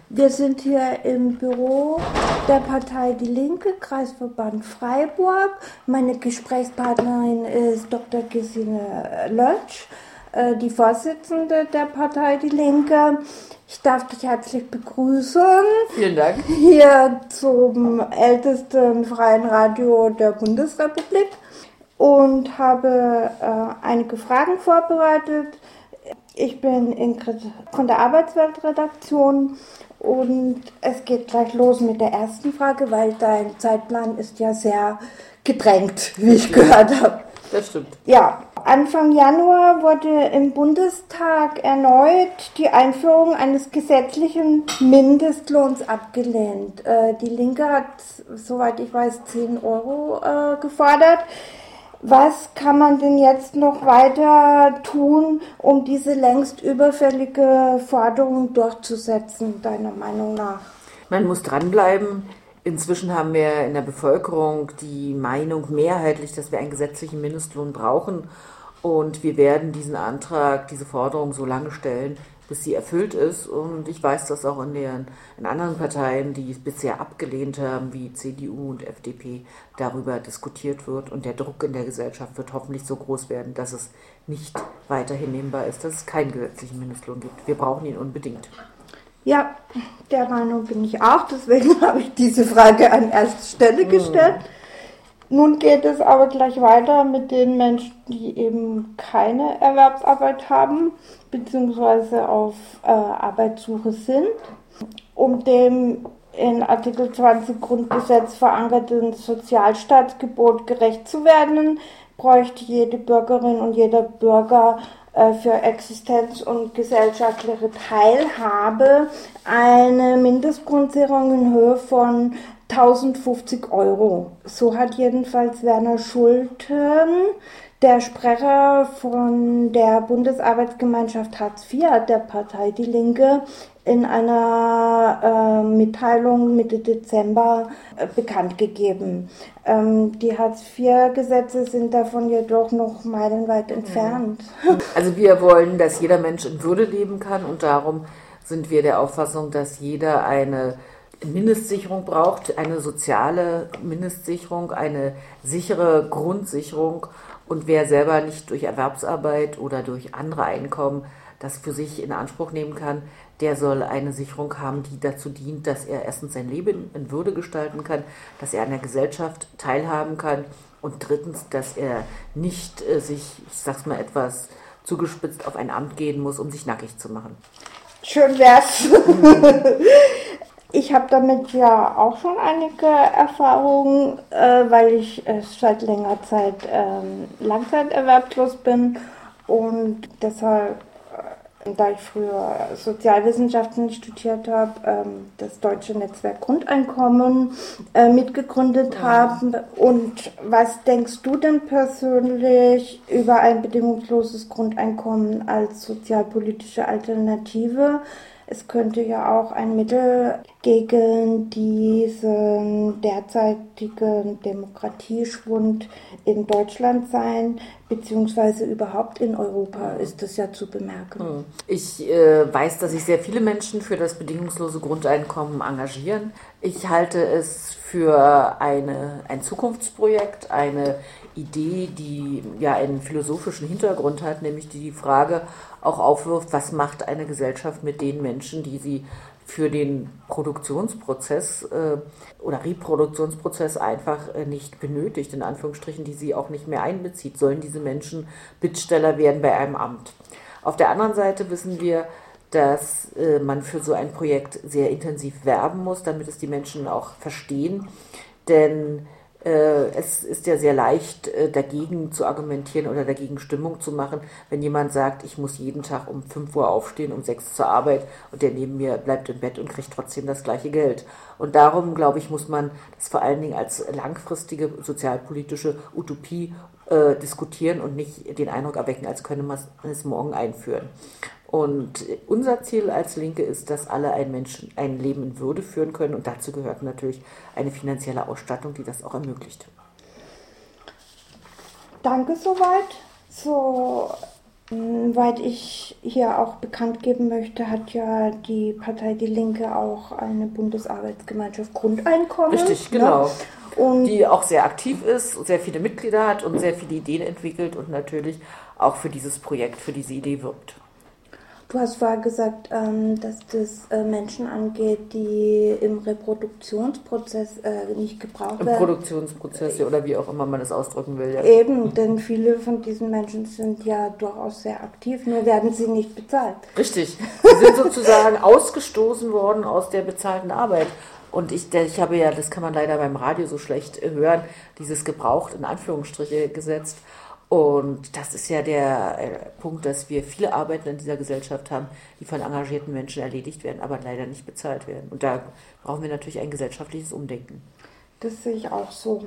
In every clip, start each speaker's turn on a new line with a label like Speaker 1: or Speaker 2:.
Speaker 1: Wir sind hier im Büro der Partei Die Linke, Kreisverband Freiburg. Meine Gesprächspartnerin ist Dr. Gesine Lötsch, die Vorsitzende der Partei Die Linke. Ich darf dich herzlich begrüßen.
Speaker 2: Vielen Dank.
Speaker 1: Hier zum ältesten freien Radio der Bundesrepublik und habe einige Fragen vorbereitet. Ich bin Ingrid von der Arbeitswelt-Redaktion und es geht gleich los mit der ersten Frage, weil dein Zeitplan ist ja sehr gedrängt, wie ich gehört habe.
Speaker 2: Das stimmt.
Speaker 1: Ja, Anfang Januar wurde im Bundestag erneut die Einführung eines gesetzlichen Mindestlohns abgelehnt. Die Linke hat, soweit ich weiß, 10 Euro gefordert. Was kann man denn jetzt noch weiter tun, um diese längst überfällige Forderung durchzusetzen, deiner Meinung nach?
Speaker 2: Man muss dranbleiben. Inzwischen haben wir in der Bevölkerung die Meinung mehrheitlich, dass wir einen gesetzlichen Mindestlohn brauchen. Und wir werden diesen Antrag, diese Forderung so lange stellen, bis sie erfüllt ist. Und ich weiß, dass auch in anderen Parteien, die es bisher abgelehnt haben, wie CDU und FDP, darüber diskutiert wird. Und der Druck in der Gesellschaft wird hoffentlich so groß werden, dass es nicht weiter hinnehmbar ist, dass es keinen gesetzlichen Mindestlohn gibt. Wir brauchen ihn unbedingt.
Speaker 1: Ja, der Meinung bin ich auch. Deswegen habe ich diese Frage an erster Stelle gestellt. Nun geht es aber gleich weiter mit den Menschen, die eben keine Erwerbsarbeit haben, beziehungsweise auf Arbeitssuche sind. Um dem in Artikel 20 Grundgesetz verankerten Sozialstaatsgebot gerecht zu werden, bräuchte jede Bürgerin und jeder Bürger für Existenz und gesellschaftliche Teilhabe eine Mindestgrundsicherung in Höhe von 1050 Euro. So hat jedenfalls Werner Schulten, der Sprecher von der Bundesarbeitsgemeinschaft Hartz IV der Partei Die Linke, in einer Mitteilung Mitte Dezember bekannt gegeben. Die Hartz-IV-Gesetze sind davon jedoch noch meilenweit entfernt.
Speaker 2: Also wir wollen, dass jeder Mensch in Würde leben kann und darum sind wir der Auffassung, dass jeder eine Mindestsicherung braucht, eine soziale Mindestsicherung, eine sichere Grundsicherung und wer selber nicht durch Erwerbsarbeit oder durch andere Einkommen das für sich in Anspruch nehmen kann, der soll eine Sicherung haben, die dazu dient, dass er erstens sein Leben in Würde gestalten kann, dass er an der Gesellschaft teilhaben kann und drittens, dass er nicht sich, ich sag's mal etwas zugespitzt, auf ein Amt gehen muss, um sich nackig zu machen.
Speaker 1: Schön wär's. Ich habe damit ja auch schon einige Erfahrungen, weil ich seit längerer Zeit langzeiterwerbslos bin und deshalb, da ich früher Sozialwissenschaften studiert habe, das Deutsche Netzwerk Grundeinkommen mitgegründet habe. Und was denkst du denn persönlich über ein bedingungsloses Grundeinkommen als sozialpolitische Alternative? Es könnte ja auch ein Mittel gegen diesen derzeitigen Demokratieschwund in Deutschland sein, beziehungsweise überhaupt in Europa ist das ja zu bemerken.
Speaker 2: Ich weiß, dass sich sehr viele Menschen für das bedingungslose Grundeinkommen engagieren. Ich halte es für ein Zukunftsprojekt, eine Idee, die ja einen philosophischen Hintergrund hat, nämlich die Frage auch aufwirft, was macht eine Gesellschaft mit den Menschen, die sie für den Produktionsprozess oder Reproduktionsprozess einfach nicht benötigt, in Anführungsstrichen, die sie auch nicht mehr einbezieht. Sollen diese Menschen Bittsteller werden bei einem Amt? Auf der anderen Seite wissen wir, dass man für so ein Projekt sehr intensiv werben muss, damit es die Menschen auch verstehen, denn es ist ja sehr leicht, dagegen zu argumentieren oder dagegen Stimmung zu machen, wenn jemand sagt, ich muss jeden Tag um 5 Uhr aufstehen, um 6 Uhr zur Arbeit und der neben mir bleibt im Bett und kriegt trotzdem das gleiche Geld. Und darum, glaube ich, muss man das vor allen Dingen als langfristige sozialpolitische Utopie diskutieren und nicht den Eindruck erwecken, als könne man es morgen einführen. Und unser Ziel als Linke ist, dass alle ein Leben in Würde führen können und dazu gehört natürlich eine finanzielle Ausstattung, die das auch ermöglicht.
Speaker 1: Danke soweit. So Weil ich hier auch bekannt geben möchte, hat ja die Partei Die Linke auch eine Bundesarbeitsgemeinschaft Grundeinkommen.
Speaker 2: Richtig, genau.
Speaker 1: Ne? Und
Speaker 2: die auch sehr aktiv ist, sehr viele Mitglieder hat und sehr viele Ideen entwickelt und natürlich auch für dieses Projekt, für diese Idee wirbt.
Speaker 1: du hast vorher gesagt, dass das Menschen angeht, die im Reproduktionsprozess nicht gebraucht
Speaker 2: Im
Speaker 1: werden.
Speaker 2: Produktionsprozess oder wie auch immer man es ausdrücken will. Ja.
Speaker 1: Eben, denn viele von diesen Menschen sind ja durchaus sehr aktiv, nur werden sie nicht bezahlt.
Speaker 2: Richtig. Sie sind sozusagen ausgestoßen worden aus der bezahlten Arbeit. Und ich habe ja, das kann man leider beim Radio so schlecht hören, dieses gebraucht in Anführungsstriche gesetzt. Und das ist ja der Punkt, dass wir viele Arbeiten in dieser Gesellschaft haben, die von engagierten Menschen erledigt werden, aber leider nicht bezahlt werden. Und da brauchen wir natürlich ein gesellschaftliches Umdenken.
Speaker 1: Das sehe ich auch so.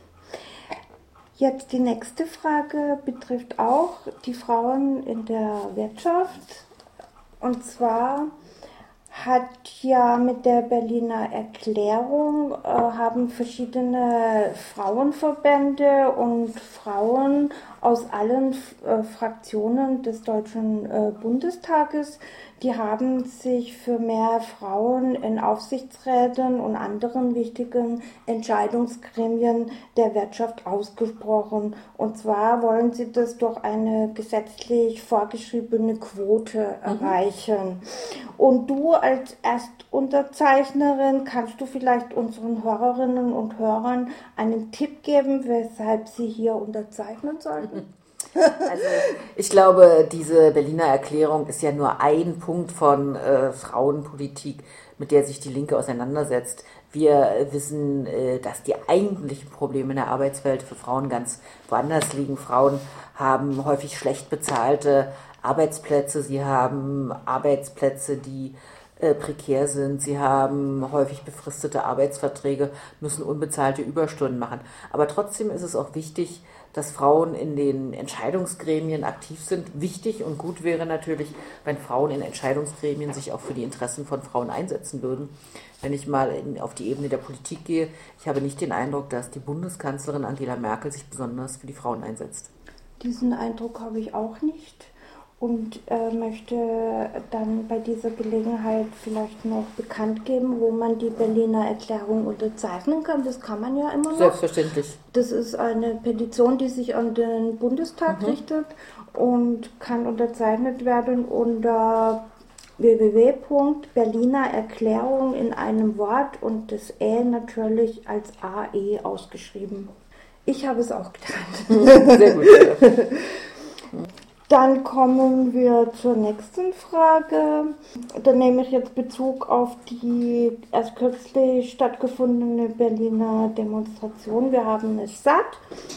Speaker 1: Jetzt die nächste Frage betrifft auch die Frauen in der Wirtschaft. Und zwar hat ja mit der Berliner Erklärung haben verschiedene Frauenverbände und Frauen aus allen Fraktionen des Deutschen Bundestages, die haben sich für mehr Frauen in Aufsichtsräten und anderen wichtigen Entscheidungsgremien der Wirtschaft ausgesprochen. Und zwar wollen sie das durch eine gesetzlich vorgeschriebene Quote erreichen. Und du als Erstunterzeichnerin, kannst du vielleicht unseren Hörerinnen und Hörern einen Tipp geben, weshalb sie hier unterzeichnen sollten?
Speaker 2: Also ich glaube, diese Berliner Erklärung ist ja nur ein Punkt von Frauenpolitik, mit der sich die Linke auseinandersetzt. Wir wissen, dass die eigentlichen Probleme in der Arbeitswelt für Frauen ganz woanders liegen. Frauen haben häufig schlecht bezahlte Arbeitsplätze, sie haben Arbeitsplätze, die prekär sind, sie haben häufig befristete Arbeitsverträge, müssen unbezahlte Überstunden machen. Aber trotzdem ist es auch wichtig, dass Frauen in den Entscheidungsgremien aktiv sind. Wichtig und gut wäre natürlich, wenn Frauen in Entscheidungsgremien sich auch für die Interessen von Frauen einsetzen würden. Wenn ich mal auf die Ebene der Politik gehe, ich habe nicht den Eindruck, dass die Bundeskanzlerin Angela Merkel sich besonders für die Frauen einsetzt.
Speaker 1: Diesen Eindruck habe ich auch nicht. Und möchte dann bei dieser Gelegenheit vielleicht noch bekannt geben, wo man die Berliner Erklärung unterzeichnen kann. Das kann man ja immer noch.
Speaker 2: Selbstverständlich.
Speaker 1: Das ist eine Petition, die sich an den Bundestag richtet und kann unterzeichnet werden unter www.berlinererklärung in einem Wort und das natürlich als AE ausgeschrieben. Ich habe es auch getan.
Speaker 2: Sehr gut. Ja.
Speaker 1: Dann kommen wir zur nächsten Frage. Da nehme ich jetzt Bezug auf die erst kürzlich stattgefundene Berliner Demonstration. Wir haben es satt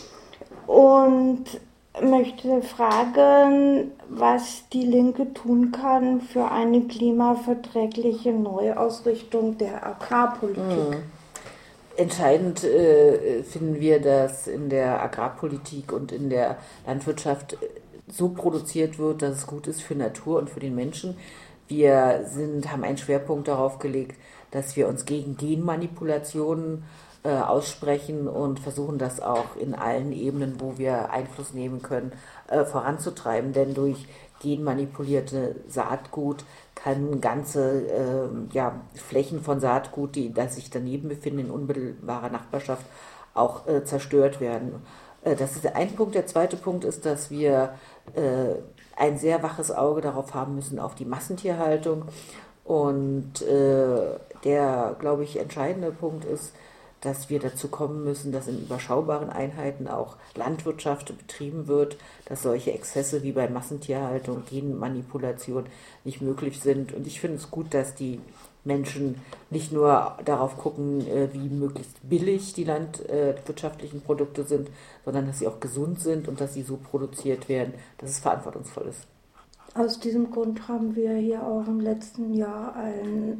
Speaker 1: und möchte fragen, was die Linke tun kann für eine klimaverträgliche Neuausrichtung der Agrarpolitik.
Speaker 2: Entscheidend finden wir, dass in der Agrarpolitik und in der Landwirtschaft so produziert wird, dass es gut ist für Natur und für den Menschen. Wir haben einen Schwerpunkt darauf gelegt, dass wir uns gegen Genmanipulationen aussprechen und versuchen das auch in allen Ebenen, wo wir Einfluss nehmen können, voranzutreiben. Denn durch genmanipulierte Saatgut kann ganze Flächen von Saatgut, die sich daneben befinden, in unmittelbarer Nachbarschaft, auch zerstört werden. Das ist ein Punkt. Der zweite Punkt ist, dass wir ein sehr waches Auge darauf haben müssen, auf die Massentierhaltung. Und der, glaube ich, entscheidende Punkt ist, dass wir dazu kommen müssen, dass in überschaubaren Einheiten auch Landwirtschaft betrieben wird, dass solche Exzesse wie bei Massentierhaltung, Genmanipulation nicht möglich sind. Und ich finde es gut, dass die Menschen nicht nur darauf gucken, wie möglichst billig die landwirtschaftlichen Produkte sind, sondern dass sie auch gesund sind und dass sie so produziert werden, dass es verantwortungsvoll ist.
Speaker 1: Aus diesem Grund haben wir hier auch im letzten Jahr ein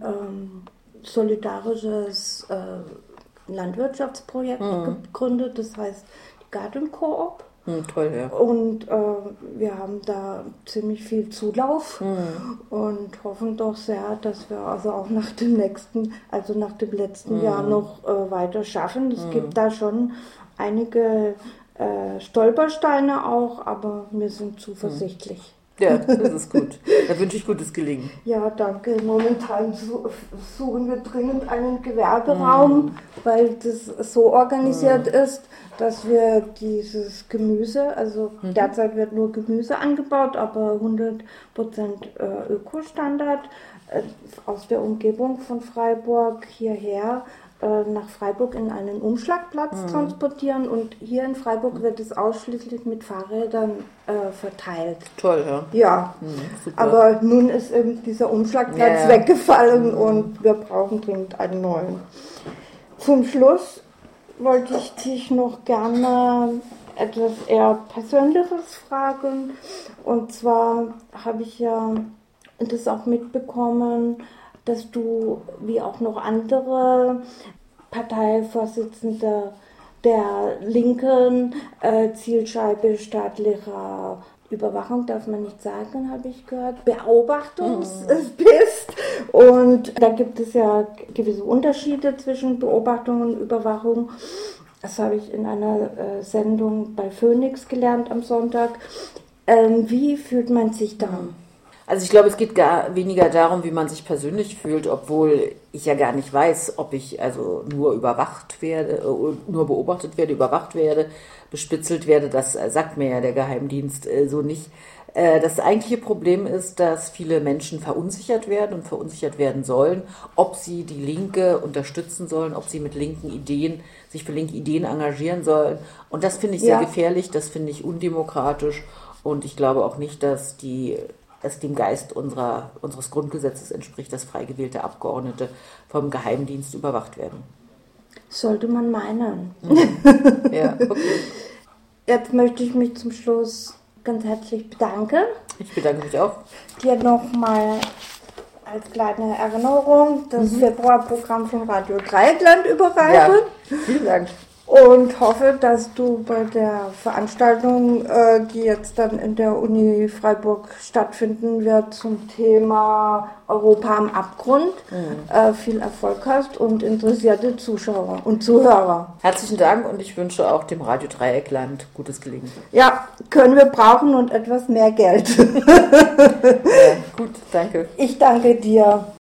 Speaker 1: solidarisches Landwirtschaftsprojekt gegründet, das heißt die Garden Coop.
Speaker 2: Toll, ja.
Speaker 1: Und wir haben da ziemlich viel Zulauf und hoffen doch sehr, dass wir also auch nach dem letzten Jahr noch weiter schaffen. Es gibt da schon einige Stolpersteine auch, aber wir sind zuversichtlich.
Speaker 2: Ja, das ist gut. Da wünsche ich gutes Gelingen.
Speaker 1: Ja, danke. Momentan suchen wir dringend einen Gewerberaum, weil das so organisiert ist, dass wir dieses Gemüse, also derzeit wird nur Gemüse angebaut, aber 100% Ökostandard aus der Umgebung von Freiburg hierher nach Freiburg in einen Umschlagplatz transportieren, und hier in Freiburg wird es ausschließlich mit Fahrrädern verteilt.
Speaker 2: Toll, ja.
Speaker 1: Ja,
Speaker 2: Super.
Speaker 1: aber nun ist eben dieser Umschlagplatz weggefallen und wir brauchen dringend einen neuen. Zum Schluss wollte ich dich noch gerne etwas eher Persönliches fragen, und zwar habe ich ja das auch mitbekommen, dass du, wie auch noch andere Parteivorsitzende der Linken, Zielscheibe staatlicher Überwachung, darf man nicht sagen, habe ich gehört, bist. Und da gibt es ja gewisse Unterschiede zwischen Beobachtung und Überwachung. Das habe ich in einer Sendung bei Phoenix gelernt am Sonntag. Wie fühlt man sich da?
Speaker 2: Also ich glaube, es geht gar weniger darum, wie man sich persönlich fühlt, obwohl ich ja gar nicht weiß, ob ich also nur überwacht werde, nur beobachtet werde, überwacht werde, bespitzelt werde. Das sagt mir ja der Geheimdienst so nicht. Das eigentliche Problem ist, dass viele Menschen verunsichert werden und verunsichert werden sollen, ob sie die Linke unterstützen sollen, ob sie mit linken Ideen, sich für linke Ideen engagieren sollen. Und das finde ich sehr gefährlich, das finde ich undemokratisch, und ich glaube auch nicht, dass es dem Geist unseres Grundgesetzes entspricht, dass frei gewählte Abgeordnete vom Geheimdienst überwacht werden.
Speaker 1: Sollte man meinen.
Speaker 2: Ja, okay.
Speaker 1: Jetzt möchte ich mich zum Schluss ganz herzlich bedanken.
Speaker 2: Ich bedanke mich auch.
Speaker 1: Dir nochmal als kleine Erinnerung das Februarprogramm von Radio Dreieckland überreichen.
Speaker 2: Ja, vielen Dank.
Speaker 1: Und hoffe, dass du bei der Veranstaltung, die jetzt dann in der Uni Freiburg stattfinden wird, zum Thema Europa am Abgrund, viel Erfolg hast und interessierte Zuschauer und Zuhörer.
Speaker 2: Herzlichen Dank, und ich wünsche auch dem Radio Dreieckland gutes Gelingen.
Speaker 1: Ja, können wir brauchen, und etwas mehr Geld.
Speaker 2: Ja, gut, danke.
Speaker 1: Ich danke dir.